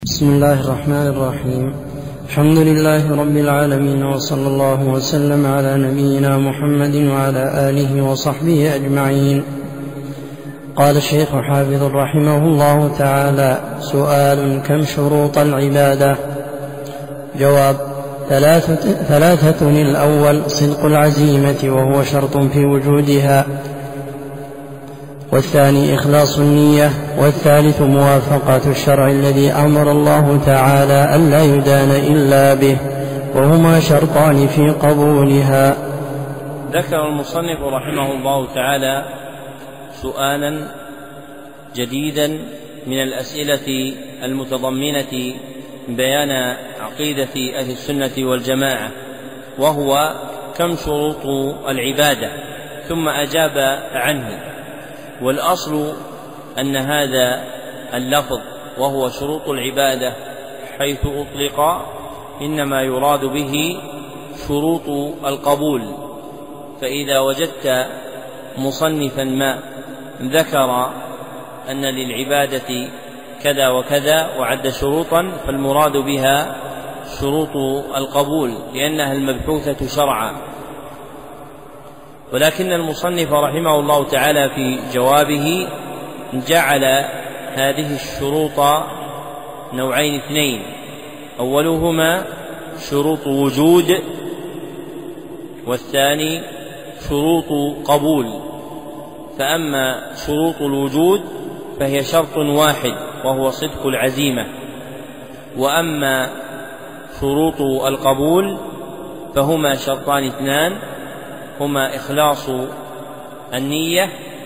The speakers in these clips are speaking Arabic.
بسم الله الرحمن الرحيم. الحمد لله رب العالمين، وصلى الله وسلم على نبينا محمد وعلى آله وصحبه أجمعين. قال الشيخ حافظ رحمه الله تعالى: سؤال: كم شروط العبادة؟ جواب: ثلاثة. الأول صدق العزيمة وهو شرط في وجودها، والثاني إخلاص النية، والثالث موافقة الشرع الذي أمر الله تعالى ألا يدان إلا به، وهما شرطان في قبولها. ذكر المصنف رحمه الله تعالى سؤالا جديدا من الأسئلة المتضمنة بيان عقيدة أهل السنة والجماعة، وهو: كم شروط العبادة؟ ثم أجاب عنه. والأصل أن هذا اللفظ وهو شروط العبادة حيث أطلق إنما يراد به شروط القبول، فإذا وجدت مصنفا ما ذكر أن للعبادة كذا وكذا وعد شروطا، فالمراد بها شروط القبول لأنها المبحوثة شرعا. ولكن المصنف رحمه الله تعالى في جوابه جعل هذه الشروط نوعين اثنين: أولهما شروط وجود، والثاني شروط قبول. فأما شروط الوجود فهي شرط واحد وهو صدق العزيمة، وأما شروط القبول فهما شرطان اثنان، هما إخلاص النية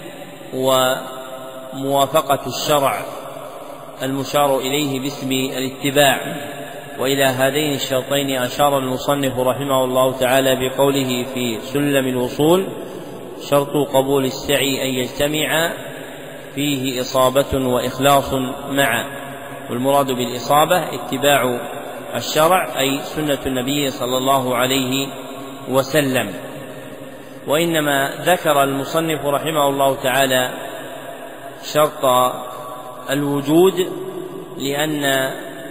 وموافقة الشرع المشار إليه باسم الاتباع. وإلى هذين الشرطين أشار المصنف رحمه الله تعالى بقوله في سلم الوصول: شرط قبول السعي أن يجتمع فيه إصابة وإخلاص معا. والمراد بالإصابة اتباع الشرع أي سنة النبي صلى الله عليه وسلم. وإنما ذكر المصنف رحمه الله تعالى شرط الوجود لأن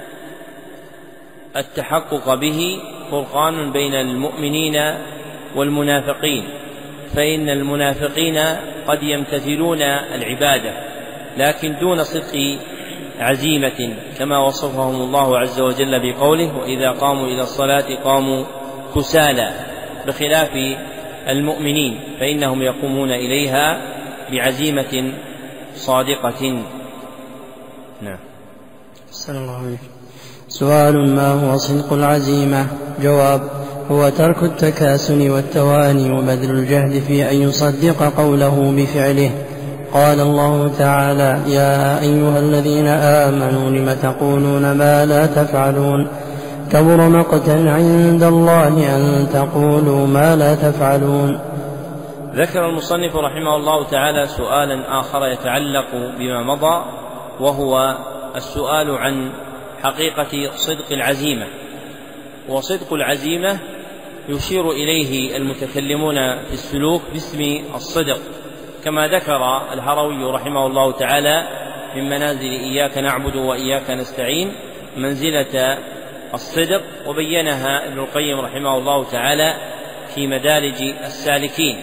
التحقق به فرقان بين المؤمنين والمنافقين، فإن المنافقين قد يمتثلون العبادة لكن دون صدق عزيمة، كما وصفهم الله عز وجل بقوله: وإذا قاموا إلى الصلاة قاموا كسالى، بخلاف المؤمنين فإنهم يقومون إليها بعزيمة صادقة. نعم. صلى الله عليه وسلم. سؤال: ما هو صدق العزيمة؟ جواب: هو ترك التكاسل والتواني وبذل الجهد في أن يصدق قوله بفعله. قال الله تعالى: يا أيها الذين آمنوا لم تقولون ما لا تفعلون، كبر مقتا عند الله أن تقولوا ما لا تفعلون. ذكر المصنف رحمه الله تعالى سؤالا آخر يتعلق بما مضى، وهو السؤال عن حقيقة صدق العزيمة. وصدق العزيمة يشير إليه المتكلمون في السلوك باسم الصدق، كما ذكر الهروي رحمه الله تعالى من منازل إياك نعبد وإياك نستعين منزلة الصدق، وبينها ابن القيم رحمه الله تعالى في مدارج السالكين.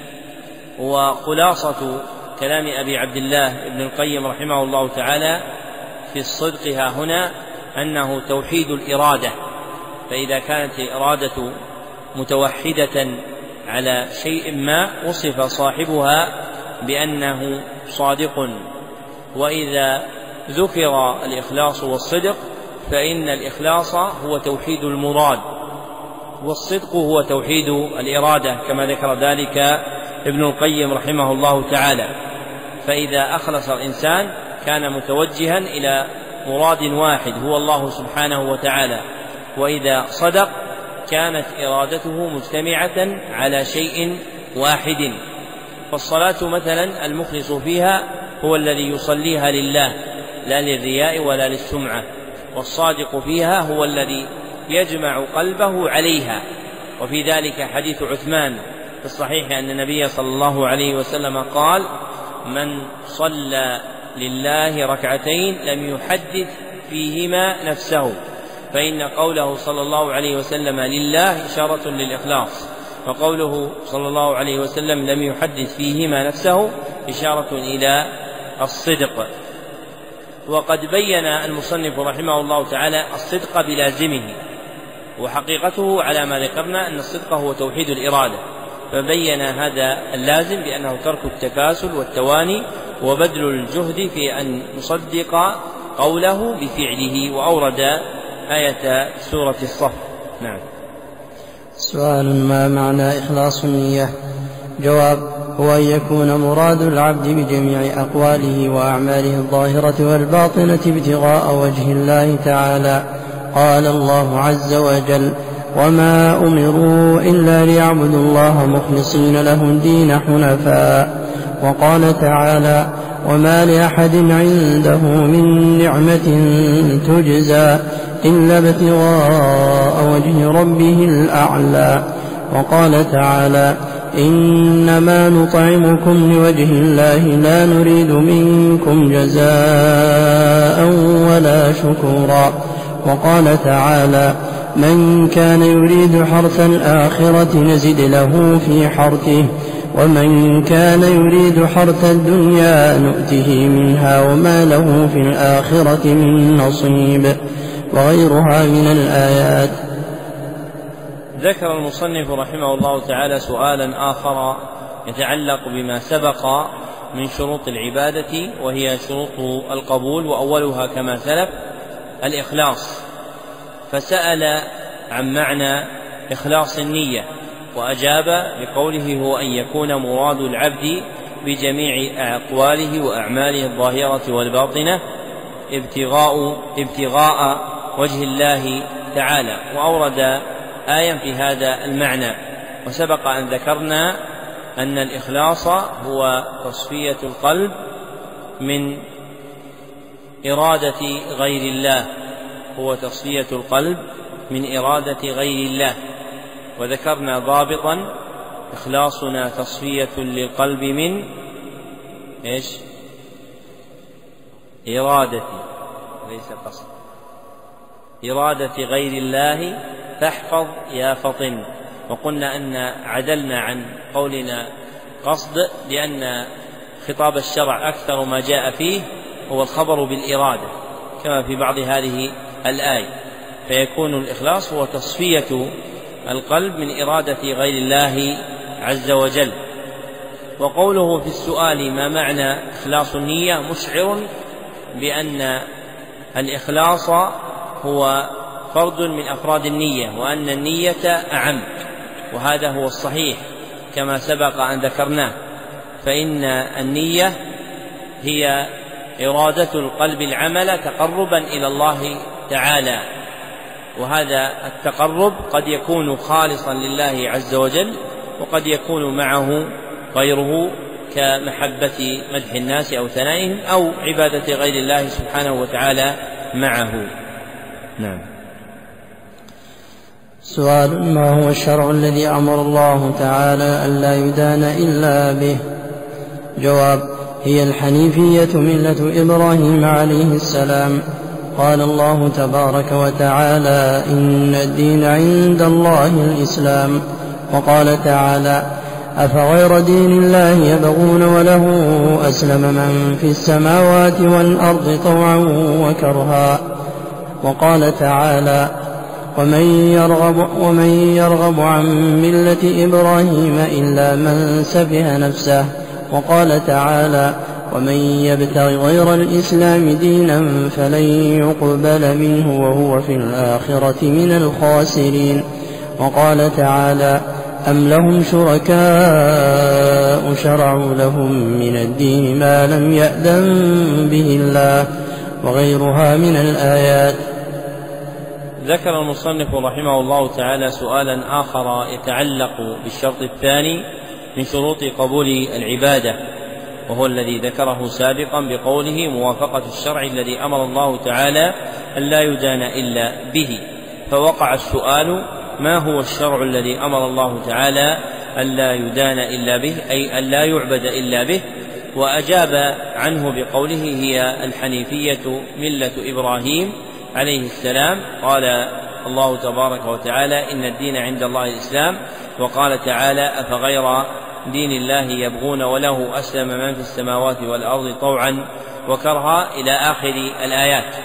وخلاصة كلام أبي عبد الله ابن القيم رحمه الله تعالى في الصدق ها هنا أنه توحيد الإرادة، فإذا كانت الإرادة متوحدة على شيء ما وصف صاحبها بأنه صادق. وإذا ذكر الإخلاص والصدق فإن الإخلاص هو توحيد المراد، والصدق هو توحيد الإرادة، كما ذكر ذلك ابن القيم رحمه الله تعالى. فإذا أخلص الإنسان كان متوجها إلى مراد واحد هو الله سبحانه وتعالى، وإذا صدق كانت إرادته مجتمعة على شيء واحد. فالصلاة مثلا المخلص فيها هو الذي يصليها لله لا للرياء ولا للسمعة، والصادق فيها هو الذي يجمع قلبه عليها. وفي ذلك حديث عثمان في الصحيح أن النبي صلى الله عليه وسلم قال: من صلى لله ركعتين لم يحدث فيهما نفسه، فإن قوله صلى الله عليه وسلم لله إشارة للإخلاص، وقوله صلى الله عليه وسلم لم يحدث فيهما نفسه إشارة إلى الصدق. وقد بين المصنف رحمه الله تعالى الصدق بلازمه، وحقيقته على ما ذكرنا أن الصدق هو توحيد الإرادة، فبين هذا اللازم بأنه ترك التكاسل والتواني وبذل الجهد في أن يصدق قوله بفعله، وأورد آية سورة الصف. نعم. سؤال: ما معنى إخلاص النية؟ جواب: هو أن يكون مراد العبد بجميع أقواله وأعماله الظاهرة والباطنة ابتغاء وجه الله تعالى. قال الله عز وجل: وما أمروا إلا ليعبدوا الله مخلصين له الدين حنفاء. وقال تعالى: وما لأحد عنده من نعمة تجزى إلا ابتغاء وجه ربه الأعلى. وقال تعالى: إنما نطعمكم لوجه الله لا نريد منكم جزاء ولا شكورا. وقال تعالى: من كان يريد حرث الآخرة نزد له في حرثه ومن كان يريد حرث الدنيا نؤته منها وما له في الآخرة من نصيب. وغيرها من الآيات. ذكر المصنف رحمه الله تعالى سؤالا آخر يتعلق بما سبق من شروط العبادة، وهي شروط القبول، وأولها كما سلف الإخلاص، فسأل عن معنى إخلاص النية، وأجاب بقوله: هو أن يكون مراد العبد بجميع أقواله وأعماله الظاهرة والباطنة ابتغاء وجه الله تعالى. وأورد آية في هذا المعنى. وسبق أن ذكرنا أن الإخلاص هو تصفية القلب من إرادة غير الله، هو تصفية القلب من إرادة غير الله. وذكرنا ضابطا: إخلاصنا تصفية للقلب من إرادة، ليس قصد، إرادة غير الله فاحفظ يا فطن. وقلنا أن عدلنا عن قولنا قصد، لأن خطاب الشرع أكثر ما جاء فيه هو الخبر بالإرادة كما في بعض هذه الآية، فيكون الإخلاص هو تصفية القلب من إرادة غير الله عز وجل. وقوله في السؤال: ما معنى إخلاص النية؟ مشعر بأن الإخلاص هو فرد من أفراد النية، وأن النية أعم، وهذا هو الصحيح كما سبق أن ذكرناه، فإن النية هي إرادة القلب العمل تقربا إلى الله تعالى، وهذا التقرب قد يكون خالصا لله عز وجل، وقد يكون معه غيره كمحبة مدح الناس أو ثنائهم أو عبادة غير الله سبحانه وتعالى معه. نعم. سؤال: ما هو الشرع الذي أمر الله تعالى ألا يدان إلا به؟ جواب: هي الحنيفية ملة إبراهيم عليه السلام. قال الله تبارك وتعالى: إن الدين عند الله الإسلام. وقال تعالى: أفغير دين الله يبغون وله أسلم من في السماوات والأرض طوعا وكرها. وقال تعالى: ومن يرغب عن ملة إبراهيم إلا من سفه نفسه. وقال تعالى: ومن يبتغ غير الإسلام دينا فلن يقبل منه وهو في الآخرة من الخاسرين. وقال تعالى: أم لهم شركاء شرعوا لهم من الدين ما لم يأذن به الله. وغيرها من الآيات. ذكر المصنف رحمه الله تعالى سؤالا آخر يتعلق بالشرط الثاني من شروط قبول العبادة، وهو الذي ذكره سابقا بقوله: موافقة الشرع الذي أمر الله تعالى ألا يدان إلا به. فوقع السؤال: ما هو الشرع الذي أمر الله تعالى ألا يدان إلا به، أي ألا يعبد إلا به؟ وأجاب عنه بقوله هي الحنيفية ملة إبراهيم عليه السلام. قال الله تبارك وتعالى إن الدين عند الله الإسلام، وقال تعالى أفغير دين الله يبغون وله أسلم من في السماوات والأرض طوعا وكرها إلى آخر الآيات.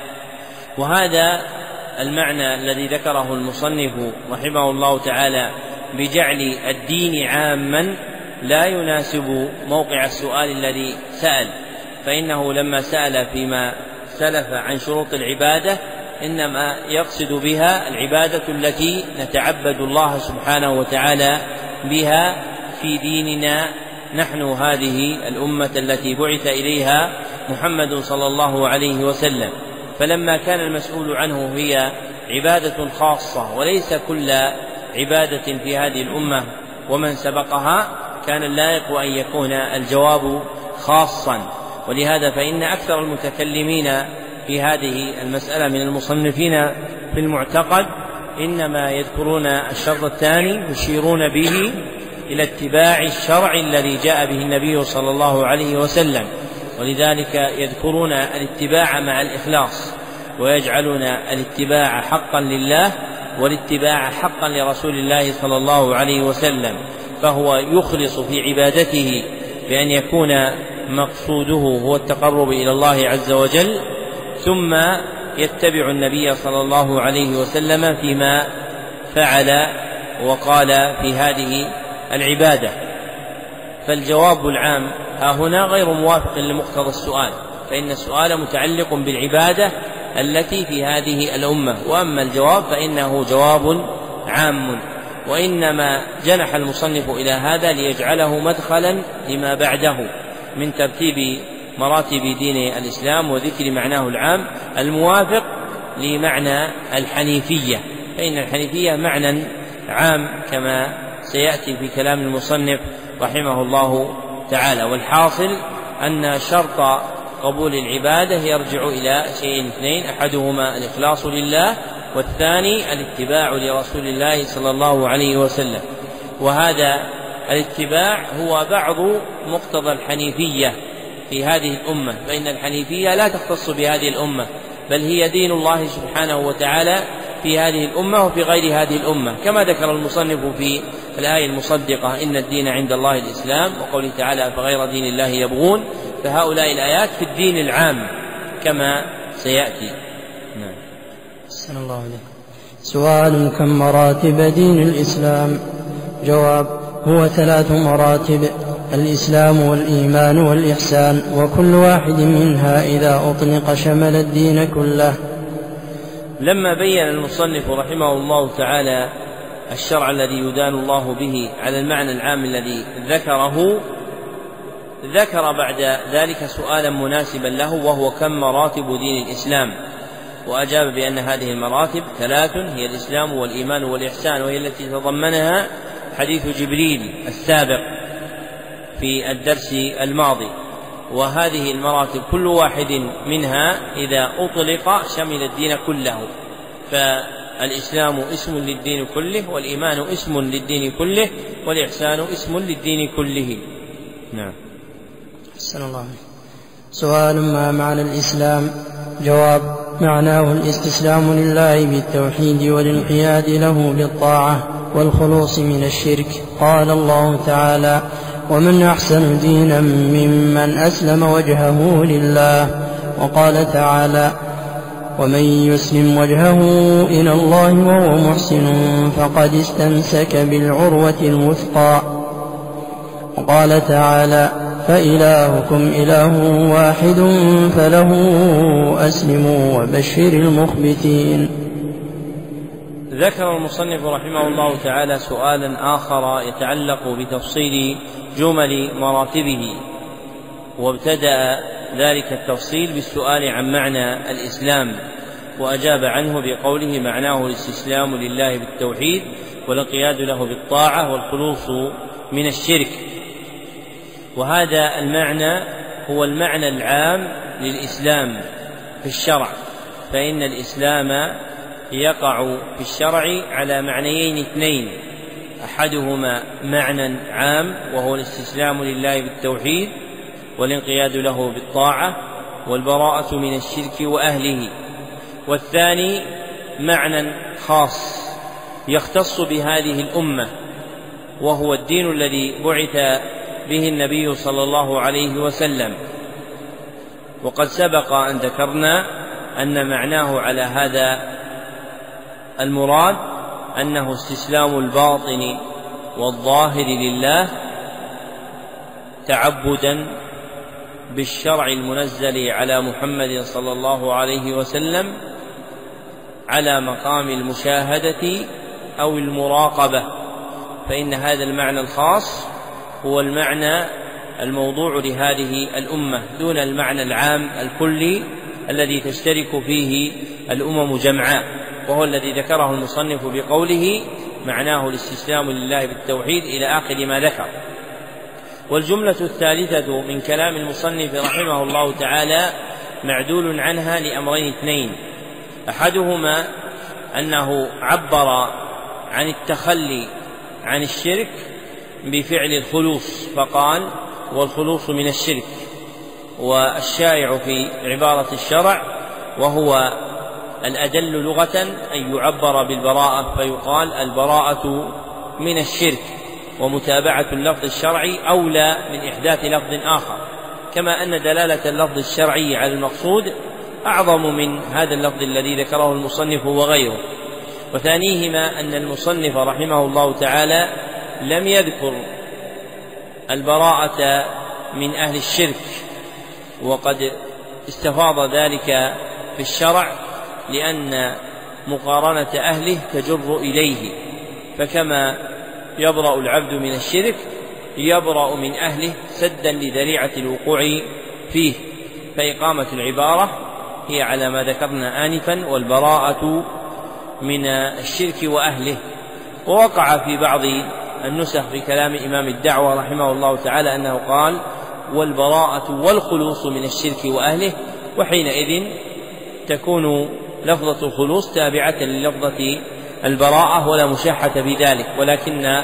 وهذا المعنى الذي ذكره المصنف رحمه الله تعالى بجعل الدين عاما لا يناسب موقع السؤال الذي سأل، فإنه لما سأل فيما سلف عن شروط العبادة إنما يقصد بها العبادة التي نتعبد الله سبحانه وتعالى بها في ديننا نحن هذه الأمة التي بعث إليها محمد صلى الله عليه وسلم. فلما كان المسؤول عنه هي عبادة خاصة وليس كل عبادة في هذه الأمة ومن سبقها، كان اللائق أن يكون الجواب خاصا. ولهذا فإن أكثر المتكلمين في هذه المسألة من المصنفين في المعتقد إنما يذكرون الشرط الثاني يشيرون به إلى اتباع الشرع الذي جاء به النبي صلى الله عليه وسلم، ولذلك يذكرون الاتباع مع الإخلاص، ويجعلون الاتباع حقا لله والاتباع حقا لرسول الله صلى الله عليه وسلم، فهو يخلص في عبادته بأن يكون مقصوده هو التقرب إلى الله عز وجل، ثم يتبع النبي صلى الله عليه وسلم فيما فعل وقال في هذه العبادة. فالجواب العام ها هنا غير موافق لمقتضى السؤال، فإن السؤال متعلق بالعبادة التي في هذه الأمة، وأما الجواب فإنه جواب عام. وإنما جنح المصنف إلى هذا ليجعله مدخلا لما بعده من ترتيب مراتب دين الإسلام وذكر معناه العام الموافق لمعنى الحنيفية، فإن الحنيفية معنى عام كما سيأتي في كلام المصنف رحمه الله تعالى. والحاصل أن شرط قبول العبادة يرجع إلى شيئين اثنين، أحدهما الإخلاص لله، والثاني الاتباع لرسول الله صلى الله عليه وسلم. وهذا الاتباع هو بعض مقتضى الحنيفية في هذه الأمة، فإن الحنيفية لا تختص بهذه الأمة، بل هي دين الله سبحانه وتعالى في هذه الأمة وفي غير هذه الأمة، كما ذكر المصنف في الآية المصدقة إن الدين عند الله الإسلام، وقوله تعالى فغير دين الله يبغون، فهؤلاء الآيات في الدين العام كما سيأتي. نعم. أحسن الله عليك. سؤال: كم مراتب دين الإسلام؟ جواب: هو 3 مراتب: الإسلام والإيمان والإحسان، وكل واحد منها إذا أطلق شمل الدين كله. لما بين المصنف رحمه الله تعالى الشرع الذي يدان الله به على المعنى العام الذي ذكره، ذكر بعد ذلك سؤالا مناسبا له، وهو كم مراتب دين الإسلام؟ وأجاب بأن هذه المراتب 3، هي الإسلام والإيمان والإحسان، وهي التي تضمنها حديث جبريل السابق في الدرس الماضي. وهذه المراتب كل واحد منها إذا أطلق شمل الدين كله، فالإسلام اسم للدين كله، والإيمان اسم للدين كله، والإحسان اسم للدين كله. نعم. أحسن الله. سؤال: ما معنى الإسلام؟ جواب: معناه الاستسلام لله بالتوحيد والانقياد له بالطاعة والخلوص من الشرك. قال الله تعالى: ومن أحسن دينا ممن أسلم وجهه لله. وقال تعالى: ومن يسلم وجهه إلى الله وهو محسن فقد استمسك بالعروة الوثقى. وقال تعالى: فإلهكم إله واحد فله أسلموا وبشر المخبتين. ذكر المصنف رحمه الله تعالى سؤالا آخر يتعلق بتفصيل جمل مراتبه، وابتدأ ذلك التفصيل بالسؤال عن معنى الإسلام، وأجاب عنه بقوله معناه الاستسلام لله بالتوحيد والانقياد له بالطاعة والخلوص من الشرك. وهذا المعنى هو المعنى العام للإسلام في الشرع، فإن الإسلام يقع في الشرع على معنيين اثنين، أحدهما معنى عام وهو الاستسلام لله بالتوحيد، والانقياد له بالطاعة والبراءة من الشرك وأهله. والثاني معنى خاص يختص بهذه الأمة، وهو الدين الذي بعث به النبي صلى الله عليه وسلم. وقد سبق أن ذكرنا أن معناه على هذا المراد أنه استسلام الباطن والظاهر لله تعبدا بالشرع المنزل على محمد صلى الله عليه وسلم على مقام المشاهدة أو المراقبة، فإن هذا المعنى الخاص هو المعنى الموضوع لهذه الأمة دون المعنى العام الكلي الذي تشترك فيه الأمم جمعاء، وهو الذي ذكره المصنف بقوله معناه الاستسلام لله بالتوحيد إلى آخر ما ذكر. والجملة الثالثة من كلام المصنف رحمه الله تعالى معدول عنها لأمرين اثنين: أحدهما أنه عبر عن التخلي عن الشرك بفعل الخلوص فقال والخلوص من الشرك، والشائع في عبارة الشرع وهو الأدل لغة أن يعبر بالبراءة فيقال البراءة من الشرك، ومتابعة اللفظ الشرعي أولى من إحداث لفظ آخر، كما أن دلالة اللفظ الشرعي على المقصود أعظم من هذا اللفظ الذي ذكره المصنف وغيره. وثانيهما أن المصنف رحمه الله تعالى لم يذكر البراءة من أهل الشرك، وقد استفاض ذلك في الشرع لأن مقارنة أهله تجر إليه، فكما يبرأ العبد من الشرك يبرأ من أهله سدا لذريعة الوقوع فيه، فإقامة العبارة هي على ما ذكرنا آنفا والبراءة من الشرك وأهله. ووقع في بعض النسخ في كلام إمام الدعوة رحمه الله تعالى أنه قال والبراءة والخلوص من الشرك وأهله، وحينئذ تكون لفظة الخلوص تابعة للفظة البراءة ولا مشاحة في ذلك، ولكن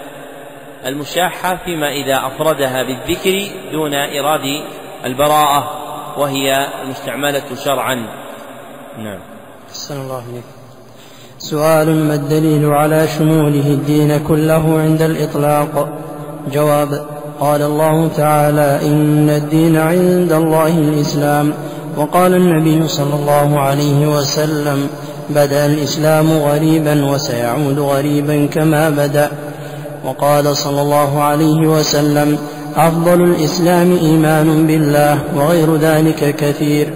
المشاحة فيما إذا أفردها بالذكر دون إراد البراءة وهي المستعملة شرعا. نعم. أحسن الله إليك. سؤال: ما الدليل على شموله الدين كله عند الإطلاق؟ جواب: قال الله تعالى: إن الدين عند الله الإسلام. وقال النبي صلى الله عليه وسلم: بدأ الإسلام غريبا وسيعود غريبا كما بدأ. وقال صلى الله عليه وسلم: أفضل الإسلام إيمان بالله، وغير ذلك كثير.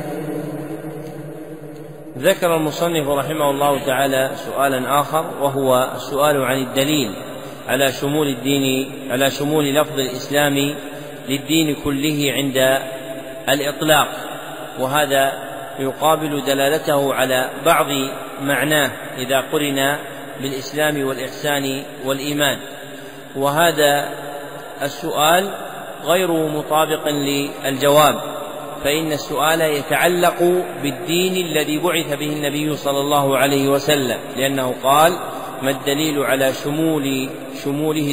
ذكر المصنف رحمه الله تعالى سؤالا آخر، وهو السؤال عن الدليل على شمول الدين، على شمول لفظ الإسلام للدين كله عند الإطلاق، وهذا يقابل دلالته على بعض معناه إذا قرن بالإسلام والإحسان والإيمان. وهذا السؤال غير مطابق للجواب، فإن السؤال يتعلق بالدين الذي بعث به النبي صلى الله عليه وسلم، لأنه قال: ما الدليل على شموله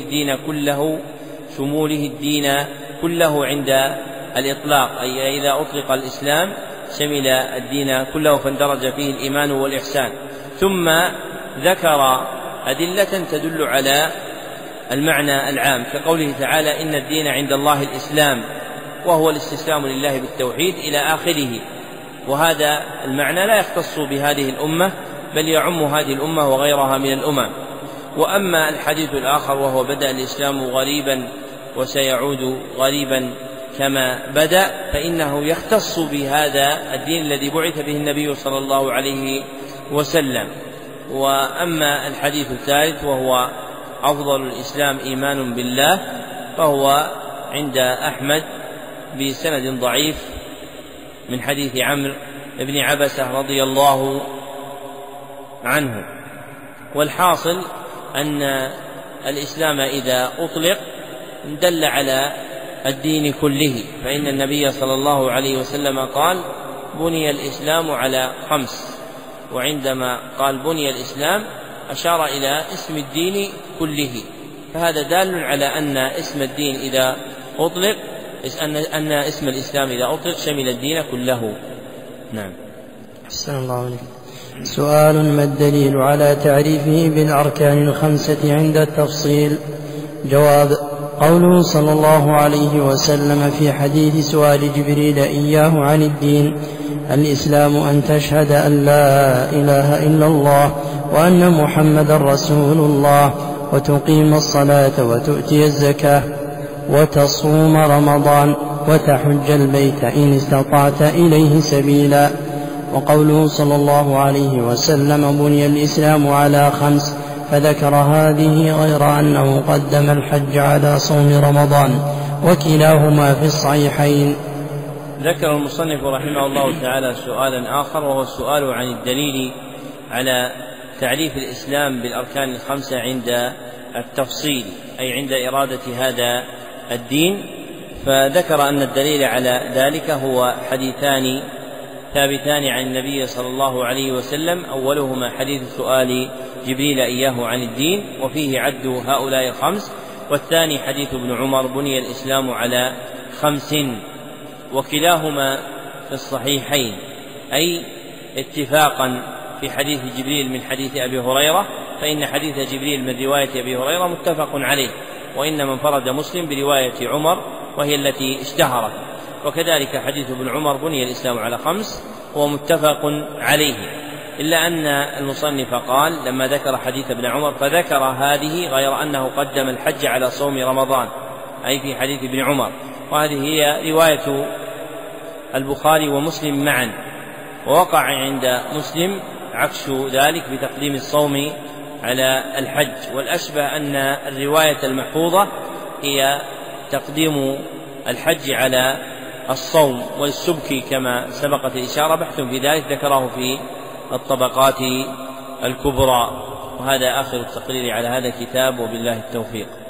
الدين كله عند الإطلاق، أي إذا أطلق الإسلام شمل الدين كله فاندرج فيه الإيمان والإحسان. ثم ذكر أدلة تدل على المعنى العام كقوله تعالى: إن الدين عند الله الإسلام، وهو الاستسلام لله بالتوحيد إلى آخره. وهذا المعنى لا يختص بهذه الأمة بل يعم هذه الأمة وغيرها من الأمم. وأما الحديث الآخر وهو بدأ الإسلام غريبا وسيعود غريبا كما بدأ، فإنه يختص بهذا الدين الذي بعث به النبي صلى الله عليه وسلم. وأما الحديث الثالث وهو أفضل الإسلام إيمان بالله، فهو عند أحمد بسند ضعيف من حديث عمرو بن عبسة رضي الله عنه. والحاصل أن الإسلام إذا أطلق دل على الدين كله، فإن النبي صلى الله عليه وسلم قال: بني الإسلام على 5، وعندما قال بني الإسلام أشار إلى اسم الدين كله، فهذا دال على أن اسم الدين إذا أطلق أن اسم الإسلام إذا أطلق شمل الدين كله. نعم. أحسن الله عليك. سؤال: ما الدليل على تعريفه بالأركان الخمسة عند التفصيل؟ جواب: قوله صلى الله عليه وسلم في حديث سؤال جبريل إياه عن الدين: الإسلام أن تشهد أن لا إله إلا الله وأن محمدا رسول الله وتقيم الصلاة وتؤتي الزكاة وتصوم رمضان وتحج البيت إن استطعت إليه سبيلا. وقوله صلى الله عليه وسلم: بني الإسلام على 5، فذكر هذه غير أنه قدم الحج على صوم رمضان، وكلاهما في الصحيحين. ذكر المصنف رحمه الله تعالى سؤالا آخر، وهو السؤال عن الدليل على تعريف الإسلام بالأركان ال5 عند التفصيل، أي عند إرادة هذا الدين. فذكر أن الدليل على ذلك هو حديثان ثابتان عن النبي صلى الله عليه وسلم، أولهما حديث سؤال جبريل إياه عن الدين وفيه عد هؤلاء 5، والثاني حديث ابن عمر: بني الإسلام على 5، وكلاهما في الصحيحين، أي اتفاقا في حديث جبريل من حديث أبي هريرة، فإن حديث جبريل من رواية أبي هريرة متفق عليه، وإنما انفرد مسلم برواية عمر وهي التي اشتهرت. وكذلك حديث ابن عمر: بني الإسلام على 5، هو متفق عليه، إلا أن المصنف قال لما ذكر حديث ابن عمر فذكر هذه غير أنه قدم الحج على صوم رمضان، أي في حديث ابن عمر، وهذه هي رواية البخاري ومسلم معا. ووقع عند مسلم عكس ذلك بتقديم الصوم على الحج، والأشبه أن الرواية المحفوظة هي تقديم الحج على الصوم، والسبكي كما سبقت الإشارة بحث في ذلك ذكره في الطبقات الكبرى. وهذا آخر التقرير على هذا الكتاب، وبالله التوفيق.